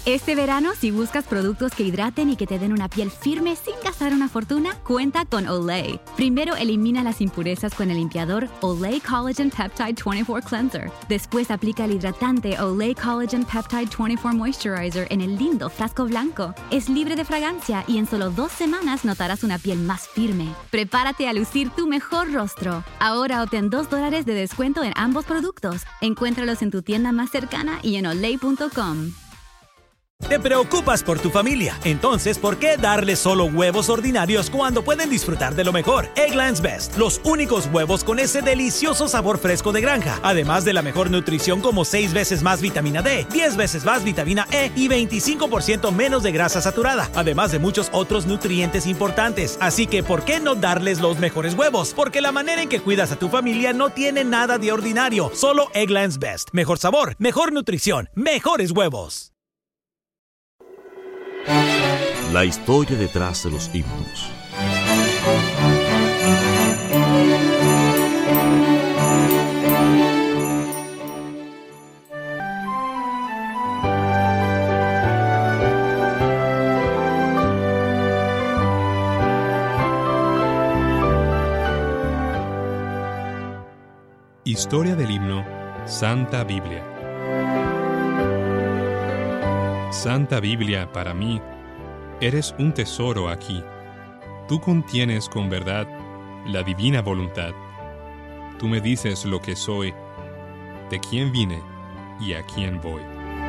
Este verano, si buscas productos que hidraten y que te den una piel firme sin gastar una fortuna, cuenta con Olay. Primero, elimina las impurezas con el limpiador Olay Collagen Peptide 24 Cleanser. Después, aplica el hidratante Olay Collagen Peptide 24 Moisturizer en el lindo frasco blanco. Es libre de fragancia y en solo 2 semanas notarás una piel más firme. Prepárate a lucir tu mejor rostro. Ahora obtén $2 de descuento en ambos productos. Encuéntralos en tu tienda más cercana y en olay.com. Te preocupas por tu familia, entonces ¿por qué darles solo huevos ordinarios cuando pueden disfrutar de lo mejor? Eggland's Best, los únicos huevos con ese delicioso sabor fresco de granja, además de la mejor nutrición como 6 veces más vitamina D, 10 veces más vitamina E y 25% menos de grasa saturada, además de muchos otros nutrientes importantes. Así que ¿por qué no darles los mejores huevos? Porque la manera en que cuidas a tu familia no tiene nada de ordinario, solo Eggland's Best. Mejor sabor, mejor nutrición, mejores huevos. La historia detrás de los himnos. Historia del himno Santa Biblia. Santa Biblia, para mí, eres un tesoro aquí. Tú contienes con verdad la divina voluntad. Tú me dices lo que soy, de quién vine y a quién voy.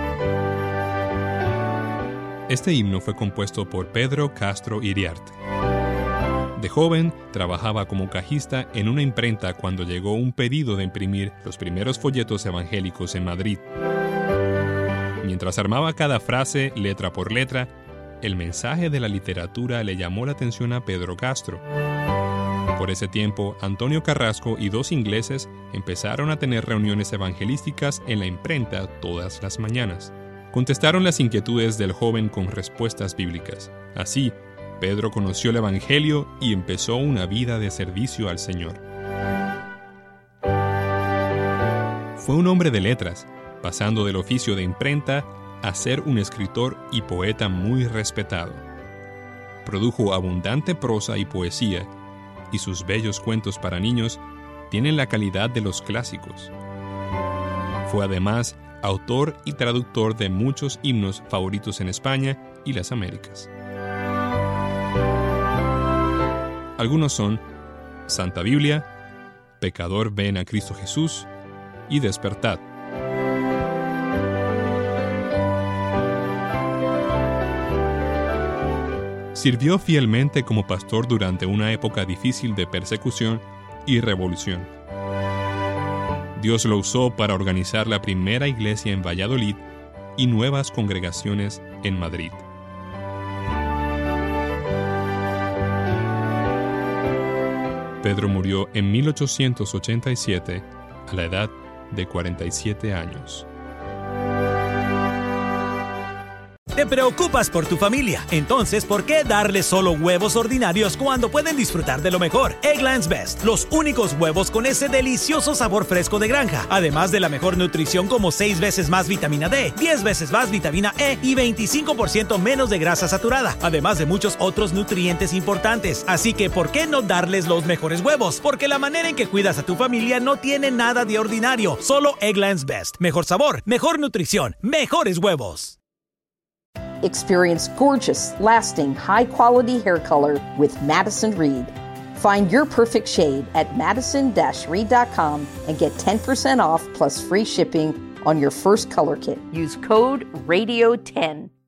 Este himno fue compuesto por Pedro Castro Iriarte. De joven, trabajaba como cajista en una imprenta cuando llegó un pedido de imprimir los primeros folletos evangélicos en Madrid. Mientras armaba cada frase, letra por letra, el mensaje de la literatura le llamó la atención a Pedro Castro. Por ese tiempo, Antonio Carrasco y 2 ingleses empezaron a tener reuniones evangelísticas en la imprenta todas las mañanas. Contestaron las inquietudes del joven con respuestas bíblicas. Así, Pedro conoció el Evangelio y empezó una vida de servicio al Señor. Fue un hombre de letras, pasando del oficio de imprenta a ser un escritor y poeta muy respetado. Produjo abundante prosa y poesía, y sus bellos cuentos para niños tienen la calidad de los clásicos. Fue además autor y traductor de muchos himnos favoritos en España y las Américas. Algunos son Santa Biblia, Pecador ven a Cristo Jesús y Despertad. Sirvió fielmente como pastor durante una época difícil de persecución y revolución. Dios lo usó para organizar la primera iglesia en Valladolid y nuevas congregaciones en Madrid. Pedro murió en 1887 a la edad de 47 años. Te preocupas por tu familia, entonces ¿por qué darles solo huevos ordinarios cuando pueden disfrutar de lo mejor? Eggland's Best, los únicos huevos con ese delicioso sabor fresco de granja, además de la mejor nutrición como 6 veces más vitamina D, 10 veces más vitamina E y 25% menos de grasa saturada, además de muchos otros nutrientes importantes. Así que ¿por qué no darles los mejores huevos? Porque la manera en que cuidas a tu familia no tiene nada de ordinario, solo Eggland's Best. Mejor sabor, mejor nutrición, mejores huevos. Experience gorgeous, lasting, high-quality hair color with Madison Reed. Find your perfect shade at madison-reed.com and get 10% off plus free shipping on your first color kit. Use code RADIO10.